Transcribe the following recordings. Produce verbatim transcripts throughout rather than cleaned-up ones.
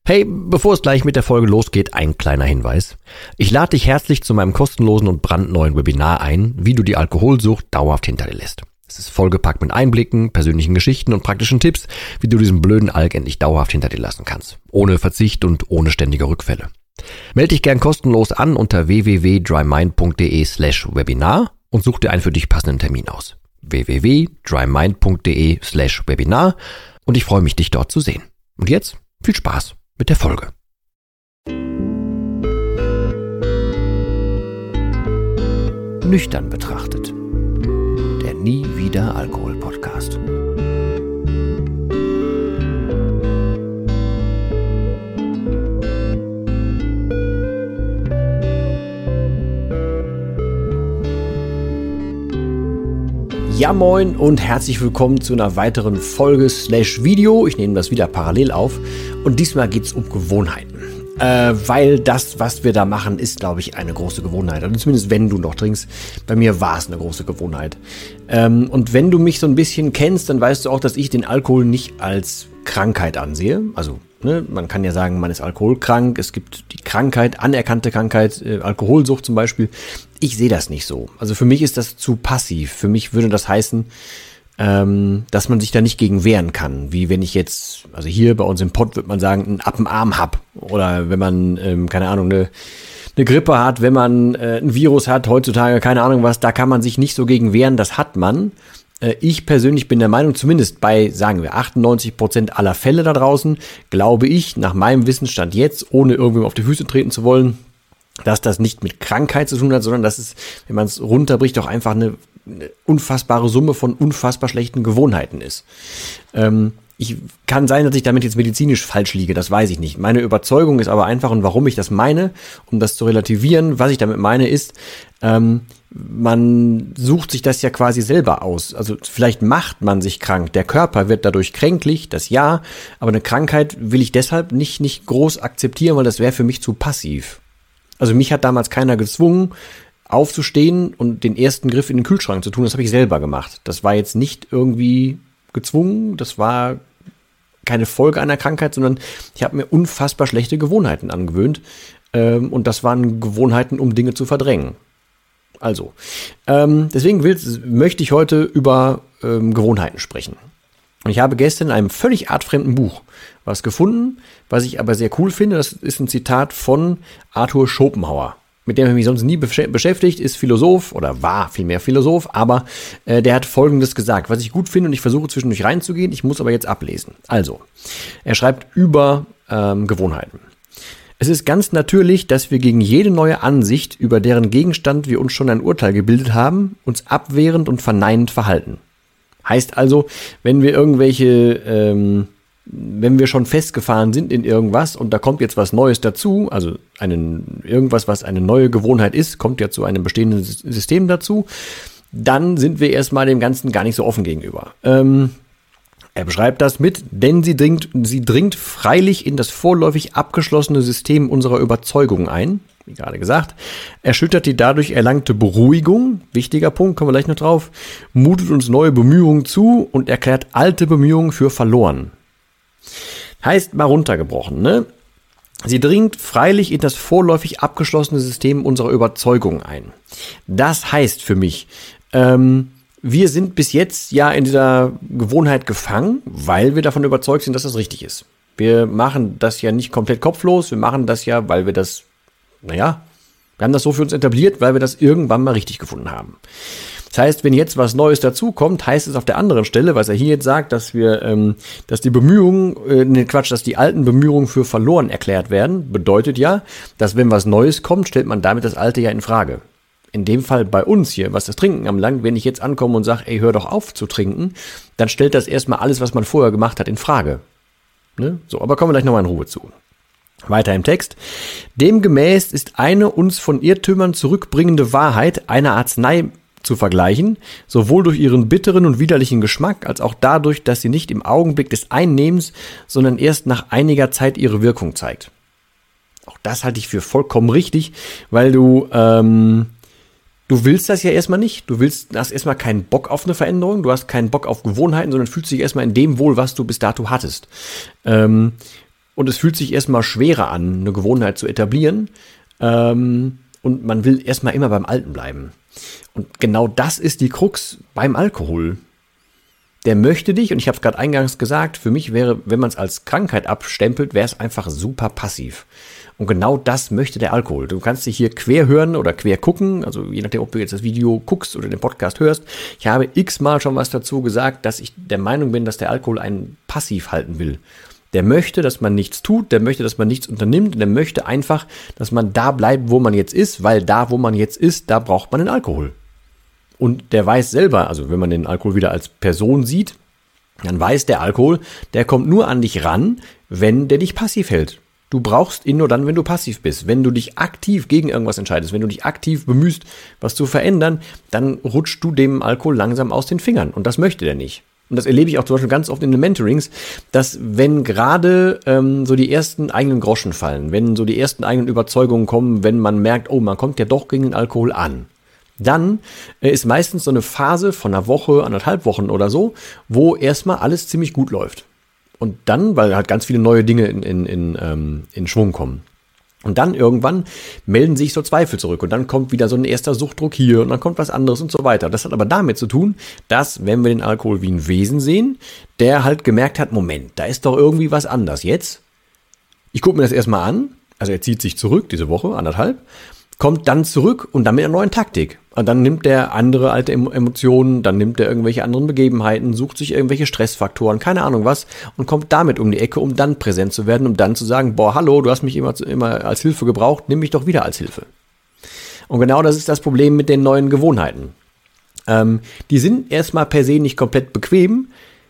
Hey, bevor es gleich mit der Folge losgeht, ein kleiner Hinweis. Ich lade dich herzlich zu meinem kostenlosen und brandneuen Webinar ein, wie du die Alkoholsucht dauerhaft hinter dir lässt. Es ist vollgepackt mit Einblicken, persönlichen Geschichten und praktischen Tipps, wie du diesen blöden Alk endlich dauerhaft hinter dir lassen kannst. Ohne Verzicht und ohne ständige Rückfälle. Melde dich gern kostenlos an unter w w w punkt drymind.de slash webinar und such dir einen für dich passenden Termin aus. w w w punkt drymind.de slash webinar und ich freue mich, dich dort zu sehen. Und jetzt viel Spaß mit der Folge. Nüchtern betrachtet. Der Nie wieder Alkohol Podcast. Ja moin und herzlich willkommen zu einer weiteren Folge slash Video. Ich nehme das wieder parallel auf und diesmal geht es um Gewohnheiten. Äh, weil das, was wir da machen, ist, glaube ich, eine große Gewohnheit. Also zumindest wenn du noch trinkst. Bei mir war es eine große Gewohnheit. Ähm, und wenn du mich so ein bisschen kennst, dann weißt du auch, dass ich den Alkohol nicht als Krankheit ansehe. Also ne, man kann ja sagen, man ist alkoholkrank. Es gibt die Krankheit, anerkannte Krankheit, äh, Alkoholsucht zum Beispiel. Ich sehe das nicht so. Also für mich ist das zu passiv. Für mich würde das heißen, ähm, dass man sich da nicht gegen wehren kann. Wie wenn ich jetzt, also hier bei uns im Pott würde man sagen, einen Appenarm hab. Oder wenn man, ähm, keine Ahnung, eine, eine Grippe hat, wenn man äh, ein Virus hat, heutzutage, keine Ahnung was, da kann man sich nicht so gegen wehren, das hat man. Äh, ich persönlich bin der Meinung, zumindest bei, sagen wir, achtundneunzig Prozent aller Fälle da draußen, glaube ich, nach meinem Wissensstand jetzt, ohne irgendwem auf die Füße treten zu wollen, dass das nicht mit Krankheit zu tun hat, sondern dass es, wenn man es runterbricht, auch einfach eine, eine unfassbare Summe von unfassbar schlechten Gewohnheiten ist. Ähm, ich kann sein, dass ich damit jetzt medizinisch falsch liege, das weiß ich nicht. Meine Überzeugung ist aber einfach, und warum ich das meine, um das zu relativieren, was ich damit meine, ist, ähm, man sucht sich das ja quasi selber aus. Also vielleicht macht man sich krank, der Körper wird dadurch kränklich, das ja, aber eine Krankheit will ich deshalb nicht, nicht groß akzeptieren, weil das wäre für mich zu passiv. Also mich hat damals keiner gezwungen, aufzustehen und den ersten Griff in den Kühlschrank zu tun. Das habe ich selber gemacht. Das war jetzt nicht irgendwie gezwungen. Das war keine Folge einer Krankheit, sondern ich habe mir unfassbar schlechte Gewohnheiten angewöhnt. Ähm, und das waren Gewohnheiten, um Dinge zu verdrängen. Also, ähm, deswegen will, möchte ich heute über ähm, Gewohnheiten sprechen. Und ich habe gestern in einem völlig artfremden Buch was gefunden, was ich aber sehr cool finde. Das ist ein Zitat von Arthur Schopenhauer, mit dem ich mich sonst nie besch- beschäftigt, ist Philosoph oder war vielmehr Philosoph, aber äh, der hat Folgendes gesagt, was ich gut finde und ich versuche zwischendurch reinzugehen, ich muss aber jetzt ablesen. Also, er schreibt über ähm, Gewohnheiten. Es ist ganz natürlich, dass wir gegen jede neue Ansicht, über deren Gegenstand wir uns schon ein Urteil gebildet haben, uns abwehrend und verneinend verhalten. Heißt also, wenn wir irgendwelche, ähm, wenn wir schon festgefahren sind in irgendwas und da kommt jetzt was Neues dazu, also einen, irgendwas, was eine neue Gewohnheit ist, kommt ja zu einem bestehenden System dazu, dann sind wir erstmal dem Ganzen gar nicht so offen gegenüber. Ähm, er beschreibt das mit, denn sie dringt, sie dringt freilich in das vorläufig abgeschlossene System unserer Überzeugung ein, wie gerade gesagt, erschüttert die dadurch erlangte Beruhigung, wichtiger Punkt, kommen wir gleich noch drauf, mutet uns neue Bemühungen zu und erklärt alte Bemühungen für verloren. Heißt mal runtergebrochen, ne? Sie dringt freilich in das vorläufig abgeschlossene System unserer Überzeugung ein. Das heißt für mich, ähm, wir sind bis jetzt ja in dieser Gewohnheit gefangen, weil wir davon überzeugt sind, dass das richtig ist. Wir machen das ja nicht komplett kopflos, wir machen das ja, weil wir das Naja, wir haben das so für uns etabliert, weil wir das irgendwann mal richtig gefunden haben. Das heißt, wenn jetzt was Neues dazukommt, heißt es auf der anderen Stelle, was er hier jetzt sagt, dass wir, ähm, dass die Bemühungen, äh, ne Quatsch, dass die alten Bemühungen für verloren erklärt werden, bedeutet ja, dass wenn was Neues kommt, stellt man damit das Alte ja in Frage. In dem Fall bei uns hier, was das Trinken anbelangt, wenn ich jetzt ankomme und sage, ey, hör doch auf zu trinken, dann stellt das erstmal alles, was man vorher gemacht hat, in Frage. Ne? So, aber kommen wir gleich nochmal in Ruhe zu. Weiter im Text. Demgemäß ist eine uns von Irrtümern zurückbringende Wahrheit einer Arznei zu vergleichen, sowohl durch ihren bitteren und widerlichen Geschmack, als auch dadurch, dass sie nicht im Augenblick des Einnehmens, sondern erst nach einiger Zeit ihre Wirkung zeigt. Auch das halte ich für vollkommen richtig, weil du, ähm, du willst das ja erstmal nicht. Du willst, hast erstmal keinen Bock auf eine Veränderung, du hast keinen Bock auf Gewohnheiten, sondern fühlst dich erstmal in dem wohl, was du bis dato hattest. Ähm, Und es fühlt sich erstmal schwerer an, eine Gewohnheit zu etablieren. Ähm, und man will erstmal immer beim Alten bleiben. Und genau das ist die Krux beim Alkohol. Der möchte dich, und ich habe es gerade eingangs gesagt, für mich wäre, wenn man es als Krankheit abstempelt, wäre es einfach super passiv. Und genau das möchte der Alkohol. Du kannst dich hier quer hören oder quer gucken, also je nachdem, ob du jetzt das Video guckst oder den Podcast hörst. Ich habe x-mal schon was dazu gesagt, dass ich der Meinung bin, dass der Alkohol einen passiv halten will. Der möchte, dass man nichts tut, der möchte, dass man nichts unternimmt, der möchte einfach, dass man da bleibt, wo man jetzt ist, weil da, wo man jetzt ist, da braucht man den Alkohol. Und der weiß selber, also wenn man den Alkohol wieder als Person sieht, dann weiß der Alkohol, der kommt nur an dich ran, wenn der dich passiv hält. Du brauchst ihn nur dann, wenn du passiv bist. Wenn du dich aktiv gegen irgendwas entscheidest, wenn du dich aktiv bemühst, was zu verändern, dann rutschst du dem Alkohol langsam aus den Fingern. Und das möchte der nicht. Und das erlebe ich auch zum Beispiel ganz oft in den Mentorings, dass wenn gerade ähm, so die ersten eigenen Groschen fallen, wenn so die ersten eigenen Überzeugungen kommen, wenn man merkt, oh, man kommt ja doch gegen den Alkohol an, dann äh, ist meistens so eine Phase von einer Woche, anderthalb Wochen oder so, wo erstmal alles ziemlich gut läuft. Und dann, weil halt ganz viele neue Dinge in, in, in, ähm, in Schwung kommen. Und dann irgendwann melden sich so Zweifel zurück und dann kommt wieder so ein erster Suchtdruck hier und dann kommt was anderes und so weiter. Das hat aber damit zu tun, dass, wenn wir den Alkohol wie ein Wesen sehen, der halt gemerkt hat, Moment, da ist doch irgendwie was anders. Jetzt, ich gucke mir das erstmal an, also er zieht sich zurück, diese Woche, anderthalb, kommt dann zurück und dann mit einer neuen Taktik. Und dann nimmt der andere alte Emotionen, dann nimmt er irgendwelche anderen Begebenheiten, sucht sich irgendwelche Stressfaktoren, keine Ahnung was, und kommt damit um die Ecke, um dann präsent zu werden, um dann zu sagen, boah, hallo, du hast mich immer, immer als Hilfe gebraucht, nimm mich doch wieder als Hilfe. Und genau das ist das Problem mit den neuen Gewohnheiten. Ähm, die sind erstmal per se nicht komplett bequem,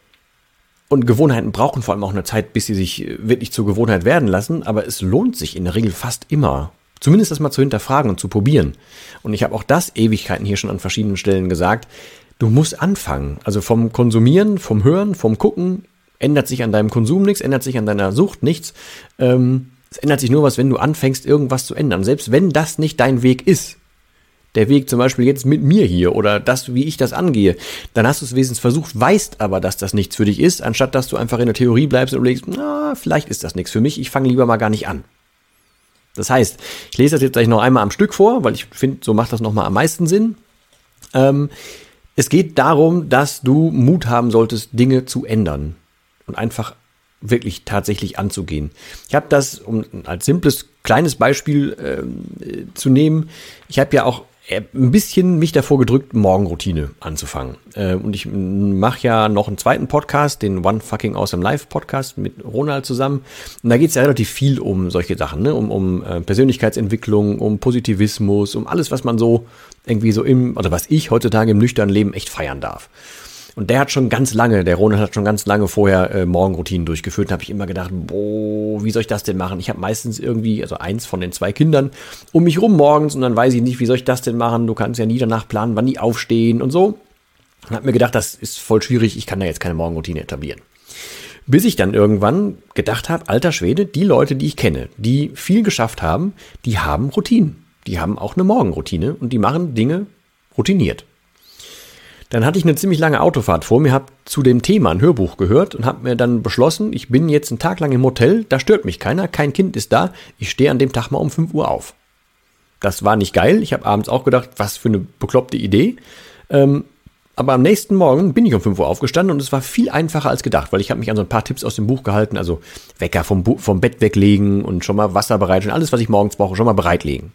und Gewohnheiten brauchen vor allem auch eine Zeit, bis sie sich wirklich zur Gewohnheit werden lassen, aber es lohnt sich in der Regel fast immer, zumindest das mal zu hinterfragen und zu probieren. Und ich habe auch das Ewigkeiten hier schon an verschiedenen Stellen gesagt. Du musst anfangen. Also vom Konsumieren, vom Hören, vom Gucken ändert sich an deinem Konsum nichts, ändert sich an deiner Sucht nichts. Ähm, es ändert sich nur was, wenn du anfängst, irgendwas zu ändern. Selbst wenn das nicht dein Weg ist, der Weg zum Beispiel jetzt mit mir hier oder das, wie ich das angehe, dann hast du es wenigstens versucht, weißt aber, dass das nichts für dich ist, anstatt dass du einfach in der Theorie bleibst und überlegst, na, vielleicht ist das nichts für mich, ich fange lieber mal gar nicht an. Das heißt, ich lese das jetzt gleich noch einmal am Stück vor, weil ich finde, so macht das nochmal am meisten Sinn. Ähm, es geht darum, dass du Mut haben solltest, Dinge zu ändern und einfach wirklich tatsächlich anzugehen. Ich habe das, um als simples, kleines Beispiel äh, zu nehmen, ich habe ja auch ein bisschen mich davor gedrückt, Morgenroutine anzufangen. Äh, und ich mache ja noch einen zweiten Podcast, den One Fucking Awesome Life Podcast mit Ronald zusammen. Und da geht es ja relativ viel um solche Sachen, ne? um, um äh, Persönlichkeitsentwicklung, um Positivismus, um alles, was man so irgendwie so im, oder was ich heutzutage im nüchternen Leben echt feiern darf. Und der hat schon ganz lange, der Ronald hat schon ganz lange vorher äh, Morgenroutinen durchgeführt. Da habe ich immer gedacht, boah, wie soll ich das denn machen? Ich habe meistens irgendwie, also eins von den zwei Kindern, um mich rum morgens und dann weiß ich nicht, wie soll ich das denn machen? Du kannst ja nie danach planen, wann die aufstehen und so. Und habe mir gedacht, das ist voll schwierig, ich kann da jetzt keine Morgenroutine etablieren. Bis ich dann irgendwann gedacht habe, alter Schwede, die Leute, die ich kenne, die viel geschafft haben, die haben Routinen. Die haben auch eine Morgenroutine und die machen Dinge routiniert. Dann hatte ich eine ziemlich lange Autofahrt vor mir, habe zu dem Thema ein Hörbuch gehört und habe mir dann beschlossen, ich bin jetzt einen Tag lang im Hotel, da stört mich keiner, kein Kind ist da, ich stehe an dem Tag mal um fünf Uhr auf. Das war nicht geil, ich habe abends auch gedacht, was für eine bekloppte Idee, ähm, aber am nächsten Morgen bin ich um fünf Uhr aufgestanden und es war viel einfacher als gedacht, weil ich habe mich an so ein paar Tipps aus dem Buch gehalten, also Wecker vom, Bu- vom Bett weglegen und schon mal Wasser bereitstellen, alles, was ich morgens brauche, schon mal bereitlegen.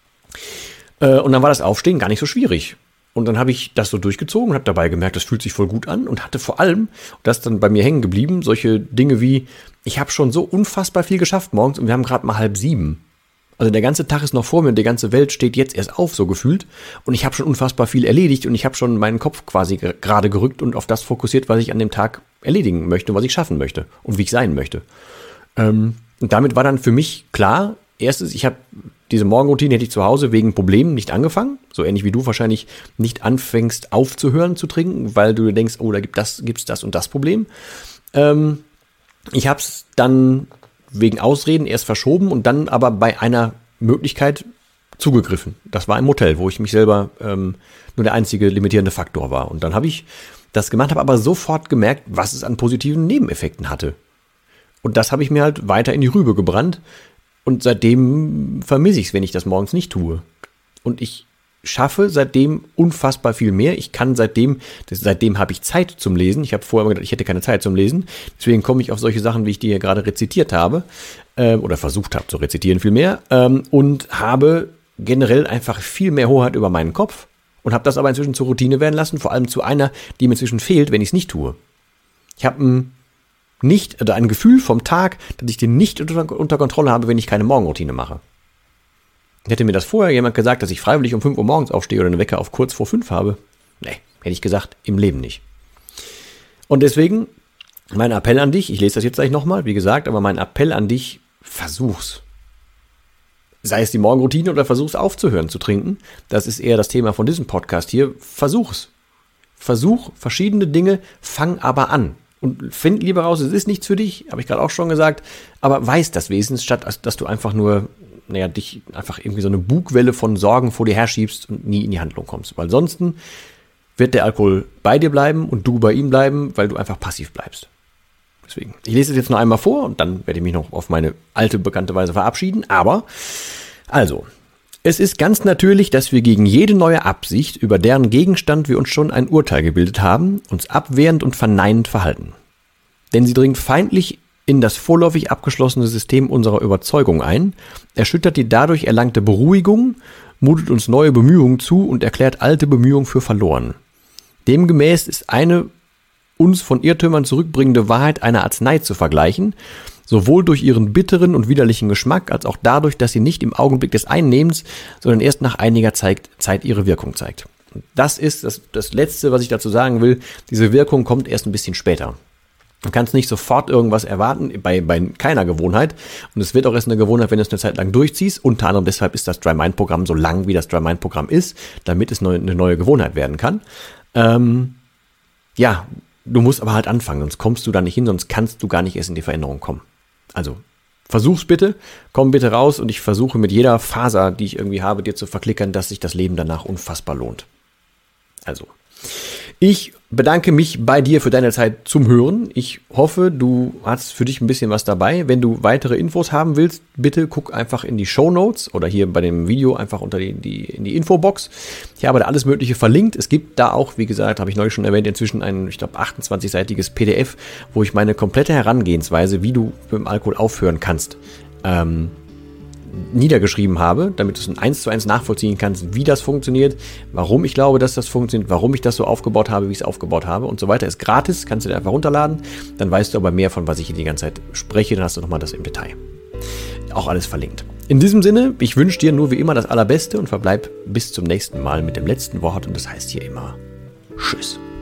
Äh, und dann war das Aufstehen gar nicht so schwierig. Und dann habe ich das so durchgezogen und habe dabei gemerkt, das fühlt sich voll gut an und hatte vor allem, und das ist dann bei mir hängen geblieben, solche Dinge wie, ich habe schon so unfassbar viel geschafft morgens und wir haben gerade mal halb sieben. Also der ganze Tag ist noch vor mir und die ganze Welt steht jetzt erst auf, so gefühlt. Und ich habe schon unfassbar viel erledigt und ich habe schon meinen Kopf quasi ge- gerade gerückt und auf das fokussiert, was ich an dem Tag erledigen möchte und was ich schaffen möchte und wie ich sein möchte. Ähm, und damit war dann für mich klar, erstens, ich habe diese Morgenroutine hätte ich zu Hause wegen Problemen nicht angefangen. So ähnlich wie du wahrscheinlich nicht anfängst aufzuhören zu trinken, weil du denkst, oh, da gibt das, gibt's das und das Problem. Ähm, ich habe es dann wegen Ausreden erst verschoben und dann aber bei einer Möglichkeit zugegriffen. Das war im Hotel, wo ich mich selber ähm, nur der einzige limitierende Faktor war. Und dann habe ich das gemacht, habe aber sofort gemerkt, was es an positiven Nebeneffekten hatte. Und das habe ich mir halt weiter in die Rübe gebrannt. Und seitdem vermisse ich es, wenn ich das morgens nicht tue. Und ich schaffe seitdem unfassbar viel mehr. Ich kann seitdem, das, seitdem habe ich Zeit zum Lesen. Ich habe vorher immer gedacht, ich hätte keine Zeit zum Lesen. Deswegen komme ich auf solche Sachen, wie ich die hier gerade rezitiert habe. Äh, oder versucht habe zu rezitieren vielmehr. Ähm, und habe generell einfach viel mehr Hoheit über meinen Kopf. Und habe das aber inzwischen zur Routine werden lassen. Vor allem zu einer, die mir inzwischen fehlt, wenn ich es nicht tue. Ich habe ein nicht, oder ein Gefühl vom Tag, dass ich den nicht unter, unter Kontrolle habe, wenn ich keine Morgenroutine mache. Hätte mir das vorher jemand gesagt, dass ich freiwillig um fünf Uhr morgens aufstehe oder einen Wecker auf kurz vor fünf habe? Nee, hätte ich gesagt, im Leben nicht. Und deswegen, mein Appell an dich, ich lese das jetzt gleich nochmal, wie gesagt, aber mein Appell an dich, versuch's. Sei es die Morgenroutine oder versuch's aufzuhören zu trinken. Das ist eher das Thema von diesem Podcast hier. Versuch's. Versuch verschiedene Dinge, fang aber an. Und find lieber raus, es ist nichts für dich, habe ich gerade auch schon gesagt, aber weiß das Wesen, statt dass du einfach nur naja, dich einfach irgendwie so eine Bugwelle von Sorgen vor dir herschiebst und nie in die Handlung kommst. Weil ansonsten wird der Alkohol bei dir bleiben und du bei ihm bleiben, weil du einfach passiv bleibst. Deswegen, ich lese es jetzt noch einmal vor und dann werde ich mich noch auf meine alte, bekannte Weise verabschieden. Aber, also, es ist ganz natürlich, dass wir gegen jede neue Absicht, über deren Gegenstand wir uns schon ein Urteil gebildet haben, uns abwehrend und verneinend verhalten. Denn sie dringt feindlich in das vorläufig abgeschlossene System unserer Überzeugung ein, erschüttert die dadurch erlangte Beruhigung, mutet uns neue Bemühungen zu und erklärt alte Bemühungen für verloren. Demgemäß ist eine uns von Irrtümern zurückbringende Wahrheit einer Arznei zu vergleichen, sowohl durch ihren bitteren und widerlichen Geschmack, als auch dadurch, dass sie nicht im Augenblick des Einnehmens, sondern erst nach einiger Zeit, Zeit ihre Wirkung zeigt. Und das ist das, das Letzte, was ich dazu sagen will. Diese Wirkung kommt erst ein bisschen später. Du kannst nicht sofort irgendwas erwarten, bei, bei keiner Gewohnheit. Und es wird auch erst eine Gewohnheit, wenn du es eine Zeit lang durchziehst. Unter anderem deshalb ist das Dry-Mind-Programm so lang, wie das Dry-Mind-Programm ist, damit es neu, eine neue Gewohnheit werden kann. Ähm, ja, du musst aber halt anfangen, sonst kommst du da nicht hin, sonst kannst du gar nicht erst in die Veränderung kommen. Also, versuch's bitte, komm bitte raus und ich versuche mit jeder Faser, die ich irgendwie habe, dir zu verklickern, dass sich das Leben danach unfassbar lohnt. Also, ich bedanke mich bei dir für deine Zeit zum Hören. Ich hoffe, du hast für dich ein bisschen was dabei. Wenn du weitere Infos haben willst, bitte guck einfach in die Shownotes oder hier bei dem Video einfach unter die, die, in die Infobox. Ich habe da alles Mögliche verlinkt. Es gibt da auch, wie gesagt, habe ich neulich schon erwähnt, inzwischen ein, ich glaube, achtundzwanzig-seitiges P D F, wo ich meine komplette Herangehensweise, wie du mit dem Alkohol aufhören kannst, ähm, niedergeschrieben habe, damit du es eins zu eins nachvollziehen kannst, wie das funktioniert, warum ich glaube, dass das funktioniert, warum ich das so aufgebaut habe, wie ich es aufgebaut habe und so weiter. Ist gratis, kannst du dir einfach runterladen, dann weißt du aber mehr, von was ich hier die ganze Zeit spreche, dann hast du nochmal das im Detail. Auch alles verlinkt. In diesem Sinne, ich wünsche dir nur wie immer das Allerbeste und verbleib bis zum nächsten Mal mit dem letzten Wort und das heißt hier immer Tschüss.